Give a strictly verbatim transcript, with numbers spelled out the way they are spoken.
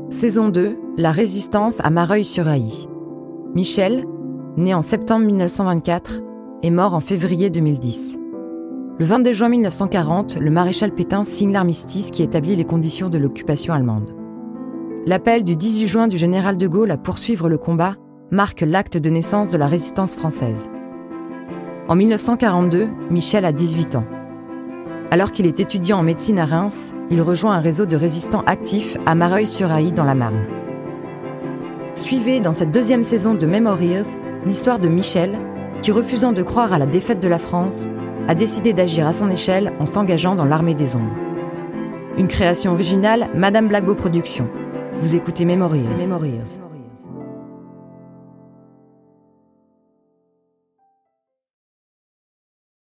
Saison deux, la résistance à Mareuil-sur-Ailly. Michel, né en septembre mille neuf cent vingt-quatre, est mort en février deux mille dix. Le vingt-deux juin mille neuf cent quarante, le maréchal Pétain signe l'armistice qui établit les conditions de l'occupation allemande. L'appel du dix-huit juin du général de Gaulle à poursuivre le combat marque l'acte de naissance de la résistance française. En mille neuf cent quarante-deux, Michel a dix-huit ans. Alors qu'il est étudiant en médecine à Reims, il rejoint un réseau de résistants actifs à Mareuil-sur-Ailly dans la Marne. Suivez dans cette deuxième saison de Memories l'histoire de Michel, qui, refusant de croire à la défaite de la France, a décidé d'agir à son échelle en s'engageant dans l'armée des ombres. Une création originale, Madame Blagbo Productions. Vous écoutez Memories. Memories.